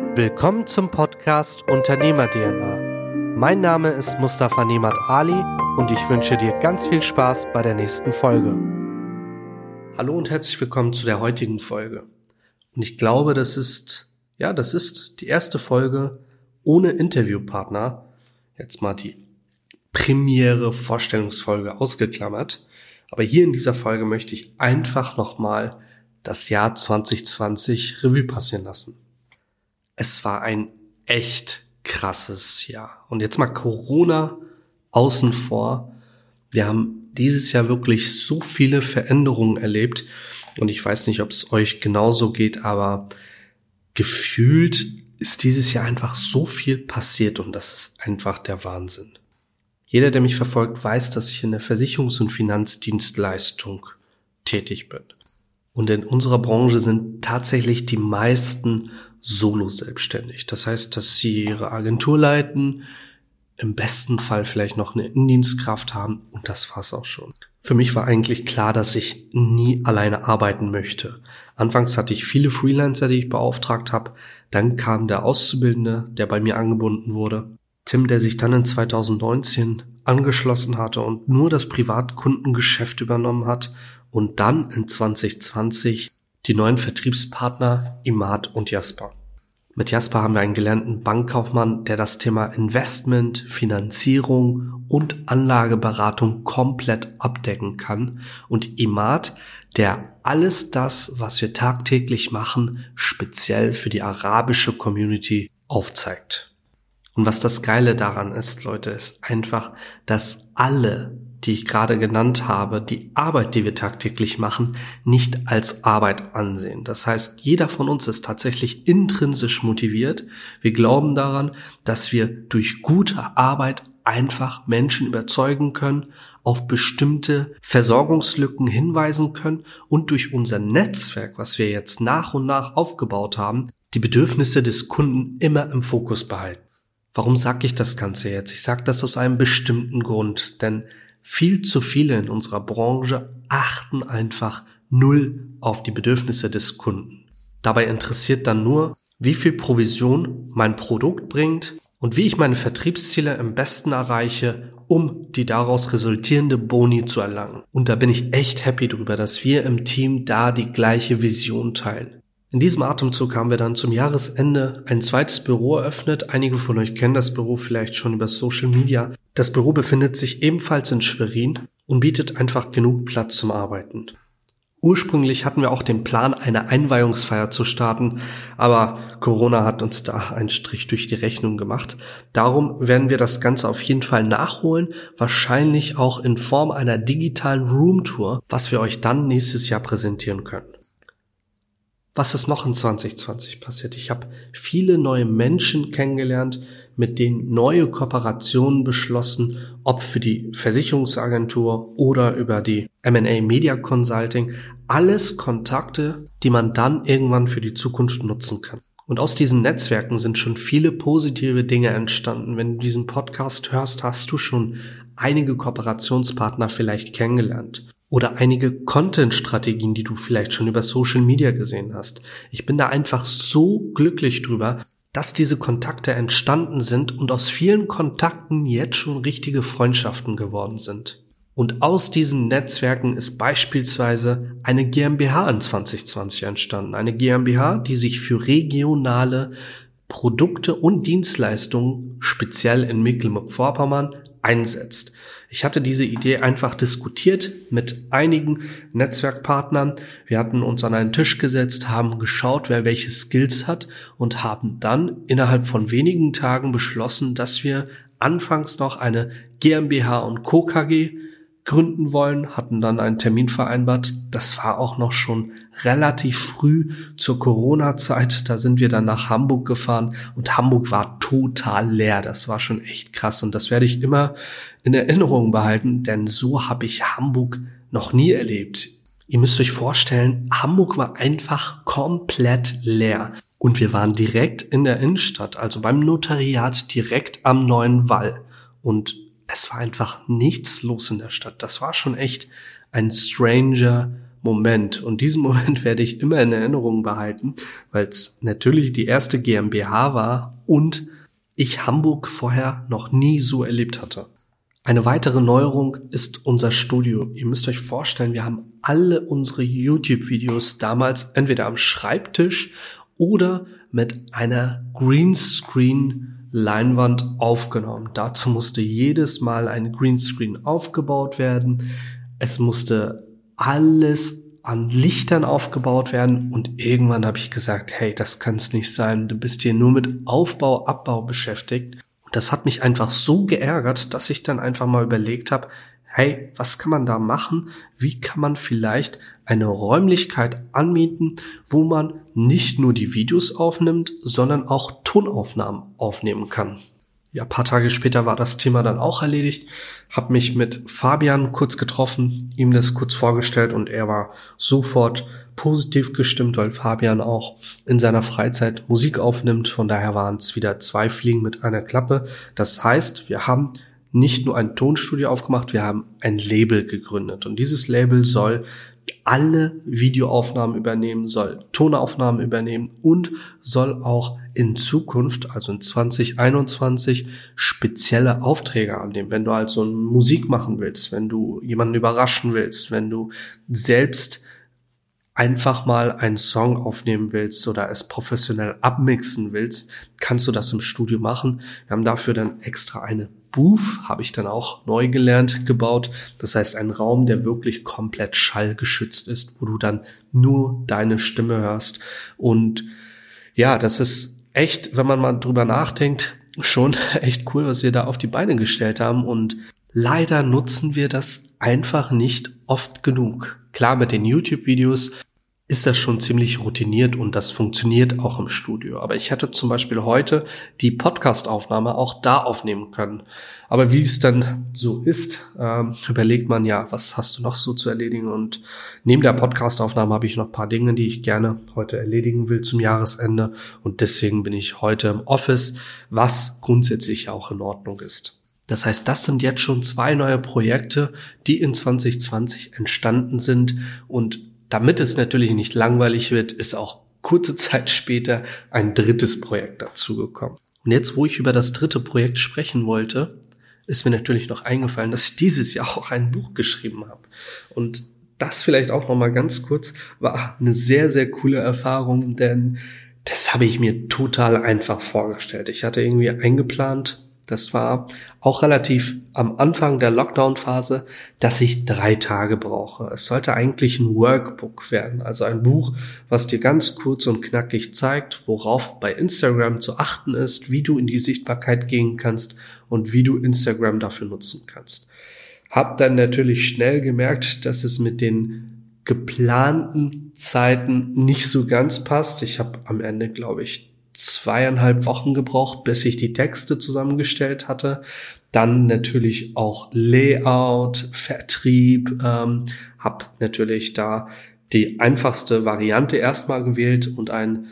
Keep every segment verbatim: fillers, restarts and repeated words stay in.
Willkommen zum Podcast Unternehmer-D N A. Mein Name ist Mustafa Nemat Ali und ich wünsche dir ganz viel Spaß bei der nächsten Folge. Hallo und herzlich willkommen zu der heutigen Folge. Und ich glaube, das ist, ja, das ist die erste Folge ohne Interviewpartner. Jetzt mal die Premiere Vorstellungsfolge ausgeklammert. Aber hier in dieser Folge möchte ich einfach nochmal das Jahr zwanzig zwanzig Revue passieren lassen. Es war ein echt krasses Jahr. Und jetzt mal Corona außen vor. Wir haben dieses Jahr wirklich so viele Veränderungen erlebt. Und ich weiß nicht, ob es euch genauso geht, aber gefühlt ist dieses Jahr einfach so viel passiert und das ist einfach der Wahnsinn. Jeder, der mich verfolgt, weiß, dass ich in der Versicherungs- und Finanzdienstleistung tätig bin. Und in unserer Branche sind tatsächlich die meisten solo selbstständig. Das heißt, dass sie ihre Agentur leiten, im besten Fall vielleicht noch eine Innendienstkraft haben und das war's auch schon. Für mich war eigentlich klar, dass ich nie alleine arbeiten möchte. Anfangs hatte ich viele Freelancer, die ich beauftragt habe. Dann kam der Auszubildende, der bei mir angebunden wurde. Tim, der sich dann in zwanzig neunzehn angeschlossen hatte und nur das Privatkundengeschäft übernommen hat. Und dann in zwanzig zwanzig die neuen Vertriebspartner Imad und Jasper. Mit Jasper haben wir einen gelernten Bankkaufmann, der das Thema Investment, Finanzierung und Anlageberatung komplett abdecken kann. Und Imad, der alles das, was wir tagtäglich machen, speziell für die arabische Community aufzeigt. Und was das Geile daran ist, Leute, ist einfach, dass alle, die ich gerade genannt habe, die Arbeit, die wir tagtäglich machen, nicht als Arbeit ansehen. Das heißt, jeder von uns ist tatsächlich intrinsisch motiviert. Wir glauben daran, dass wir durch gute Arbeit einfach Menschen überzeugen können, auf bestimmte Versorgungslücken hinweisen können und durch unser Netzwerk, was wir jetzt nach und nach aufgebaut haben, die Bedürfnisse des Kunden immer im Fokus behalten. Warum sage ich das Ganze jetzt? Ich sage das aus einem bestimmten Grund, denn viel zu viele in unserer Branche achten einfach null auf die Bedürfnisse des Kunden. Dabei interessiert dann nur, wie viel Provision mein Produkt bringt und wie ich meine Vertriebsziele am besten erreiche, um die daraus resultierende Boni zu erlangen. Und da bin ich echt happy drüber, dass wir im Team da die gleiche Vision teilen. In diesem Atemzug haben wir dann zum Jahresende ein zweites Büro eröffnet. Einige von euch kennen das Büro vielleicht schon über Social Media. Das Büro befindet sich ebenfalls in Schwerin und bietet einfach genug Platz zum Arbeiten. Ursprünglich hatten wir auch den Plan, eine Einweihungsfeier zu starten, aber Corona hat uns da einen Strich durch die Rechnung gemacht. Darum werden wir das Ganze auf jeden Fall nachholen, wahrscheinlich auch in Form einer digitalen Roomtour, was wir euch dann nächstes Jahr präsentieren können. Was ist noch in zwanzig zwanzig passiert? Ich habe viele neue Menschen kennengelernt, mit denen neue Kooperationen beschlossen, ob für die Versicherungsagentur oder über die M und A Media Consulting. Alles Kontakte, die man dann irgendwann für die Zukunft nutzen kann. Und aus diesen Netzwerken sind schon viele positive Dinge entstanden. Wenn du diesen Podcast hörst, hast du schon einige Kooperationspartner vielleicht kennengelernt. Oder einige Content-Strategien, die du vielleicht schon über Social Media gesehen hast. Ich bin da einfach so glücklich drüber, dass diese Kontakte entstanden sind und aus vielen Kontakten jetzt schon richtige Freundschaften geworden sind. Und aus diesen Netzwerken ist beispielsweise eine GmbH in zwanzig zwanzig entstanden. Eine GmbH, die sich für regionale Produkte und Dienstleistungen speziell in Mecklenburg-Vorpommern einsetzt. Ich hatte diese Idee einfach diskutiert mit einigen Netzwerkpartnern. Wir hatten uns an einen Tisch gesetzt, haben geschaut, wer welche Skills hat und haben dann innerhalb von wenigen Tagen beschlossen, dass wir anfangs noch eine GmbH und Co. K G gründen wollen, hatten dann einen Termin vereinbart. Das war auch noch schon relativ früh zur Corona-Zeit. Da sind wir dann nach Hamburg gefahren und Hamburg war total leer. Das war schon echt krass und das werde ich immer in Erinnerung behalten, denn so habe ich Hamburg noch nie erlebt. Ihr müsst euch vorstellen, Hamburg war einfach komplett leer und wir waren direkt in der Innenstadt, also beim Notariat direkt am Neuen Wall und es war einfach nichts los in der Stadt. Das war schon echt ein stranger Moment. Und diesen Moment werde ich immer in Erinnerung behalten, weil es natürlich die erste GmbH war und ich Hamburg vorher noch nie so erlebt hatte. Eine weitere Neuerung ist unser Studio. Ihr müsst euch vorstellen, wir haben alle unsere YouTube-Videos damals entweder am Schreibtisch oder mit einer Greenscreen-Leinwand aufgenommen. Dazu musste jedes Mal ein Greenscreen aufgebaut werden. Es musste alles an Lichtern aufgebaut werden und irgendwann habe ich gesagt, hey, das kann es nicht sein. Du bist hier nur mit Aufbau, Abbau beschäftigt. Das hat mich einfach so geärgert, dass ich dann einfach mal überlegt habe, hey, was kann man da machen? Wie kann man vielleicht eine Räumlichkeit anmieten, wo man nicht nur die Videos aufnimmt, sondern auch Tonaufnahmen aufnehmen kann? Ja, ein paar Tage später war das Thema dann auch erledigt, habe mich mit Fabian kurz getroffen, ihm das kurz vorgestellt und er war sofort positiv gestimmt, weil Fabian auch in seiner Freizeit Musik aufnimmt. Von daher waren es wieder zwei Fliegen mit einer Klappe. Das heißt, wir haben nicht nur ein Tonstudio aufgemacht, wir haben ein Label gegründet. Und dieses Label soll alle Videoaufnahmen übernehmen, soll Tonaufnahmen übernehmen und soll auch in Zukunft, also in zwanzig einundzwanzig, spezielle Aufträge annehmen. Wenn du also Musik machen willst, wenn du jemanden überraschen willst, wenn du selbst einfach mal einen Song aufnehmen willst oder es professionell abmixen willst, kannst du das im Studio machen. Wir haben dafür dann extra eine Booth, habe ich dann auch neu gelernt, gebaut. Das heißt, ein Raum, der wirklich komplett schallgeschützt ist, wo du dann nur deine Stimme hörst. Und ja, das ist echt, wenn man mal drüber nachdenkt, schon echt cool, was wir da auf die Beine gestellt haben. Und leider nutzen wir das einfach nicht oft genug. Klar, mit den YouTube-Videos ist das schon ziemlich routiniert und das funktioniert auch im Studio. Aber ich hätte zum Beispiel heute die Podcast-Aufnahme auch da aufnehmen können. Aber wie es dann so ist, ähm, überlegt man ja, was hast du noch so zu erledigen? Und neben der Podcast-Aufnahme habe ich noch ein paar Dinge, die ich gerne heute erledigen will zum Jahresende. Und deswegen bin ich heute im Office, was grundsätzlich auch in Ordnung ist. Das heißt, das sind jetzt schon zwei neue Projekte, die in zwanzig zwanzig entstanden sind. Und damit es natürlich nicht langweilig wird, ist auch kurze Zeit später ein drittes Projekt dazugekommen. Und jetzt, wo ich über das dritte Projekt sprechen wollte, ist mir natürlich noch eingefallen, dass ich dieses Jahr auch ein Buch geschrieben habe. Und das vielleicht auch noch mal ganz kurz, war eine sehr, sehr coole Erfahrung, denn das habe ich mir total einfach vorgestellt. Ich hatte irgendwie eingeplant, das war auch relativ am Anfang der Lockdown-Phase, dass ich drei Tage brauche. Es sollte eigentlich ein Workbook werden, also ein Buch, was dir ganz kurz und knackig zeigt, worauf bei Instagram zu achten ist, wie du in die Sichtbarkeit gehen kannst und wie du Instagram dafür nutzen kannst. Hab dann natürlich schnell gemerkt, dass es mit den geplanten Zeiten nicht so ganz passt. Ich habe am Ende, glaube ich, zweieinhalb Wochen gebraucht, bis ich die Texte zusammengestellt hatte. Dann natürlich auch Layout, Vertrieb, ähm, habe natürlich da die einfachste Variante erstmal gewählt und einen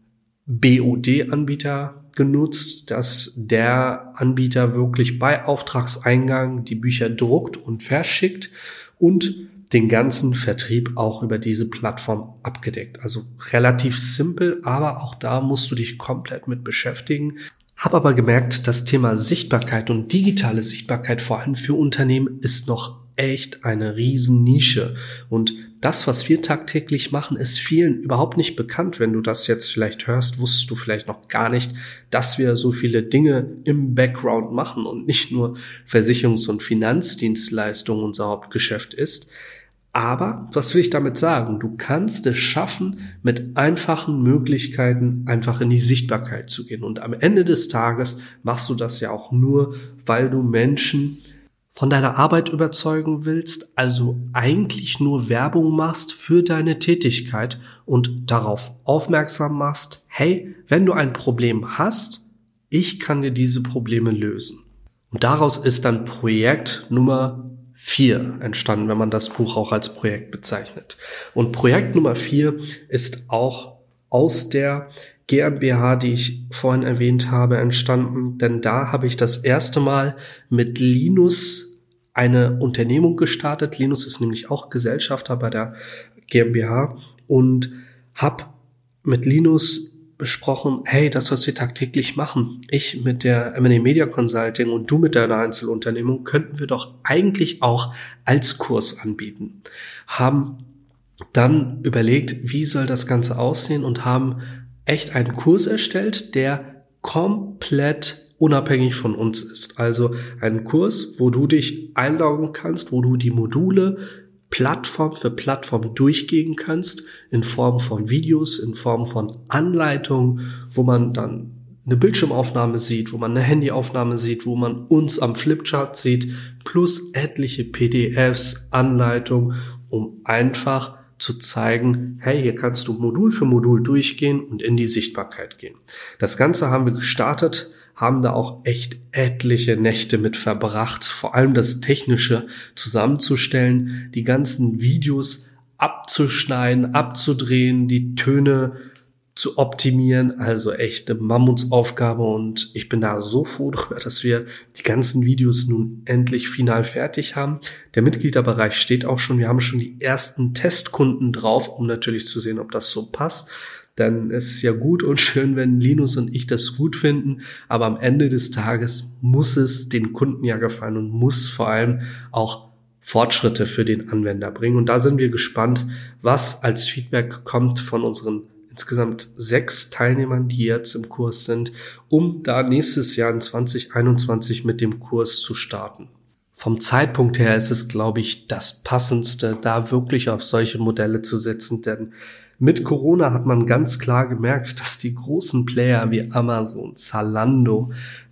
B O D-Anbieter genutzt, dass der Anbieter wirklich bei Auftragseingang die Bücher druckt und verschickt und den ganzen Vertrieb auch über diese Plattform abgedeckt. Also relativ simpel, aber auch da musst du dich komplett mit beschäftigen. Hab aber gemerkt, das Thema Sichtbarkeit und digitale Sichtbarkeit vor allem für Unternehmen ist noch echt eine riesen Nische. Und das, was wir tagtäglich machen, ist vielen überhaupt nicht bekannt. Wenn du das jetzt vielleicht hörst, wusstest du vielleicht noch gar nicht, dass wir so viele Dinge im Background machen und nicht nur Versicherungs- und Finanzdienstleistungen unser Hauptgeschäft ist. Aber was will ich damit sagen? Du kannst es schaffen, mit einfachen Möglichkeiten einfach in die Sichtbarkeit zu gehen. Und am Ende des Tages machst du das ja auch nur, weil du Menschen von deiner Arbeit überzeugen willst, also eigentlich nur Werbung machst für deine Tätigkeit und darauf aufmerksam machst, hey, wenn du ein Problem hast, ich kann dir diese Probleme lösen. Und daraus ist dann Projekt Nummer vier entstanden, wenn man das Buch auch als Projekt bezeichnet. Und Projekt Nummer vier ist auch aus der GmbH, die ich vorhin erwähnt habe, entstanden, denn da habe ich das erste Mal mit Linus eine Unternehmung gestartet. Linus ist nämlich auch Gesellschafter bei der GmbH und habe mit Linus besprochen, hey, das, was wir tagtäglich machen, ich mit der M and A Media Consulting und du mit deiner Einzelunternehmung, könnten wir doch eigentlich auch als Kurs anbieten. Haben dann überlegt, wie soll das Ganze aussehen und haben echt einen Kurs erstellt, der komplett unabhängig von uns ist. Also einen Kurs, wo du dich einloggen kannst, wo du die Module Plattform für Plattform durchgehen kannst, in Form von Videos, in Form von Anleitungen, wo man dann eine Bildschirmaufnahme sieht, wo man eine Handyaufnahme sieht, wo man uns am Flipchart sieht, plus etliche P D Fs, Anleitungen, um einfach zu zeigen, hey, hier kannst du Modul für Modul durchgehen und in die Sichtbarkeit gehen. Das Ganze haben wir gestartet, haben da auch echt etliche Nächte mit verbracht, vor allem das Technische zusammenzustellen, die ganzen Videos abzuschneiden, abzudrehen, die Töne zu optimieren, also echt eine Mammutsaufgabe und ich bin da so froh darüber, dass wir die ganzen Videos nun endlich final fertig haben. Der Mitgliederbereich steht auch schon, wir haben schon die ersten Testkunden drauf, um natürlich zu sehen, ob das so passt. Dann ist es ja gut und schön, wenn Linus und ich das gut finden, aber am Ende des Tages muss es den Kunden ja gefallen und muss vor allem auch Fortschritte für den Anwender bringen. Und da sind wir gespannt, was als Feedback kommt von unseren insgesamt sechs Teilnehmern, die jetzt im Kurs sind, um da nächstes Jahr in zwanzig einundzwanzig mit dem Kurs zu starten. Vom Zeitpunkt her ist es, glaube ich, das Passendste, da wirklich auf solche Modelle zu setzen, denn mit Corona hat man ganz klar gemerkt, dass die großen Player wie Amazon, Zalando,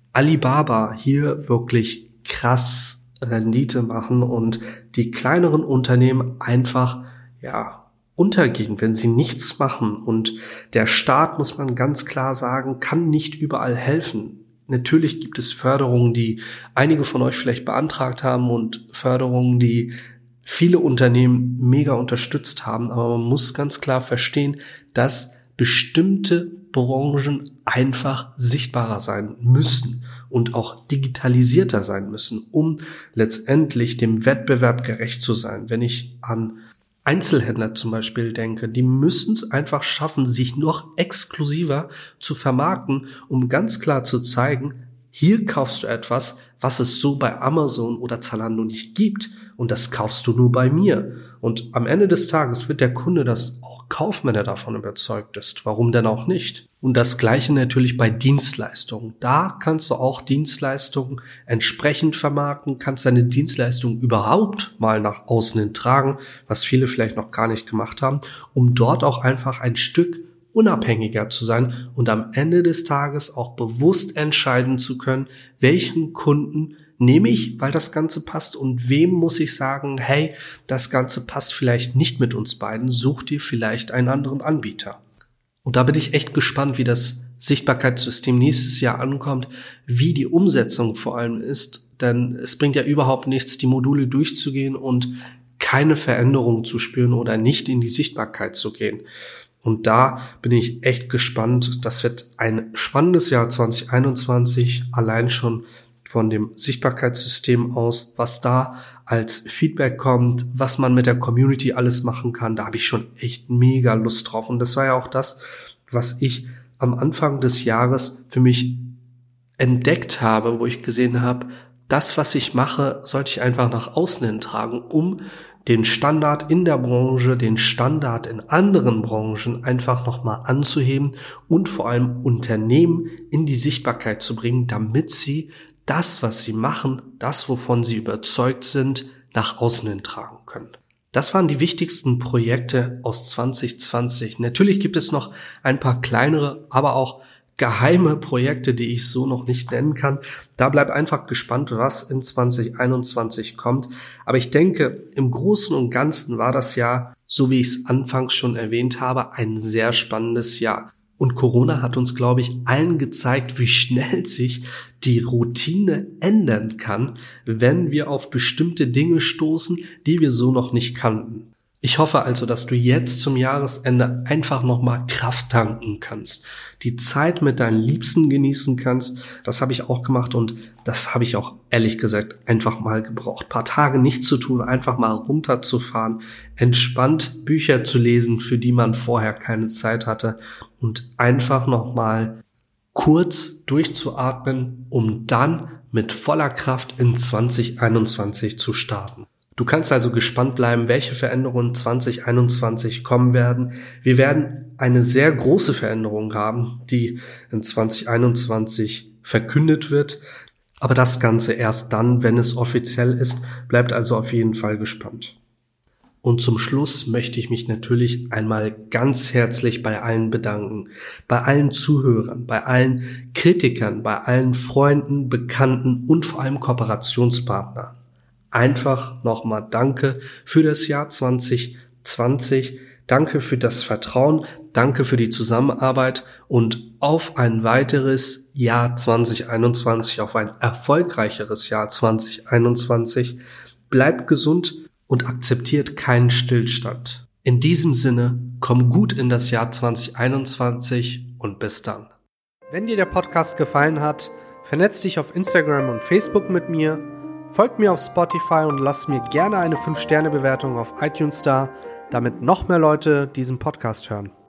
Alibaba hier wirklich krass Rendite machen und die kleineren Unternehmen einfach, ja, untergehen, wenn sie nichts machen. Und der Staat, muss man ganz klar sagen, kann nicht überall helfen. Natürlich gibt es Förderungen, die einige von euch vielleicht beantragt haben und Förderungen, die viele Unternehmen mega unterstützt haben. Aber man muss ganz klar verstehen, dass bestimmte Branchen einfach sichtbarer sein müssen und auch digitalisierter sein müssen, um letztendlich dem Wettbewerb gerecht zu sein. Wenn ich an Einzelhändler zum Beispiel denke, die müssen es einfach schaffen, sich noch exklusiver zu vermarkten, um ganz klar zu zeigen, hier kaufst du etwas, was es so bei Amazon oder Zalando nicht gibt und das kaufst du nur bei mir. Und am Ende des Tages wird der Kunde das auch kaufen, wenn er davon überzeugt ist. Warum denn auch nicht? Und das Gleiche natürlich bei Dienstleistungen. Da kannst du auch Dienstleistungen entsprechend vermarkten, kannst deine Dienstleistung überhaupt mal nach außen hin tragen, was viele vielleicht noch gar nicht gemacht haben, um dort auch einfach ein Stück unabhängiger zu sein und am Ende des Tages auch bewusst entscheiden zu können, welchen Kunden nehme ich, weil das Ganze passt und wem muss ich sagen, hey, das Ganze passt vielleicht nicht mit uns beiden, such dir vielleicht einen anderen Anbieter. Und da bin ich echt gespannt, wie das Sichtbarkeitssystem nächstes Jahr ankommt, wie die Umsetzung vor allem ist, denn es bringt ja überhaupt nichts, die Module durchzugehen und keine Veränderung zu spüren oder nicht in die Sichtbarkeit zu gehen. Und da bin ich echt gespannt. Das wird ein spannendes Jahr zwanzig einundzwanzig, allein schon von dem Sichtbarkeitssystem aus, was da als Feedback kommt, was man mit der Community alles machen kann. Da habe ich schon echt mega Lust drauf. Und das war ja auch das, was ich am Anfang des Jahres für mich entdeckt habe, wo ich gesehen habe, das, was ich mache, sollte ich einfach nach außen hin tragen, um den Standard in der Branche, den Standard in anderen Branchen einfach nochmal anzuheben und vor allem Unternehmen in die Sichtbarkeit zu bringen, damit sie das, was sie machen, das, wovon sie überzeugt sind, nach außen hin tragen können. Das waren die wichtigsten Projekte aus zwanzig zwanzig. Natürlich gibt es noch ein paar kleinere, aber auch geheime Projekte, die ich so noch nicht nennen kann. Da bleib einfach gespannt, was in zwanzig einundzwanzig kommt. Aber ich denke, im Großen und Ganzen war das Jahr, so wie ich es anfangs schon erwähnt habe, ein sehr spannendes Jahr. Und Corona hat uns, glaube ich, allen gezeigt, wie schnell sich die Routine ändern kann, wenn wir auf bestimmte Dinge stoßen, die wir so noch nicht kannten. Ich hoffe also, dass du jetzt zum Jahresende einfach nochmal Kraft tanken kannst, die Zeit mit deinen Liebsten genießen kannst. Das habe ich auch gemacht und das habe ich auch ehrlich gesagt einfach mal gebraucht. Ein paar Tage nichts zu tun, einfach mal runterzufahren, entspannt Bücher zu lesen, für die man vorher keine Zeit hatte und einfach nochmal kurz durchzuatmen, um dann mit voller Kraft in zwanzig einundzwanzig zu starten. Du kannst also gespannt bleiben, welche Veränderungen zwanzig einundzwanzig kommen werden. Wir werden eine sehr große Veränderung haben, die in zwanzig einundzwanzig verkündet wird. Aber das Ganze erst dann, wenn es offiziell ist. Bleibt also auf jeden Fall gespannt. Und zum Schluss möchte ich mich natürlich einmal ganz herzlich bei allen bedanken. Bei allen Zuhörern, bei allen Kritikern, bei allen Freunden, Bekannten und vor allem Kooperationspartnern. Einfach nochmal danke für das Jahr zwanzig zwanzig, danke für das Vertrauen, danke für die Zusammenarbeit und auf ein weiteres Jahr zwanzig einundzwanzig, auf ein erfolgreicheres Jahr zwanzig einundzwanzig. Bleibt gesund und akzeptiert keinen Stillstand. In diesem Sinne, komm gut in das Jahr zwanzig einundzwanzig und bis dann. Wenn dir der Podcast gefallen hat, vernetz dich auf Instagram und Facebook mit mir. Folgt mir auf Spotify und lasst mir gerne eine fünf Sterne Bewertung auf iTunes da, damit noch mehr Leute diesen Podcast hören.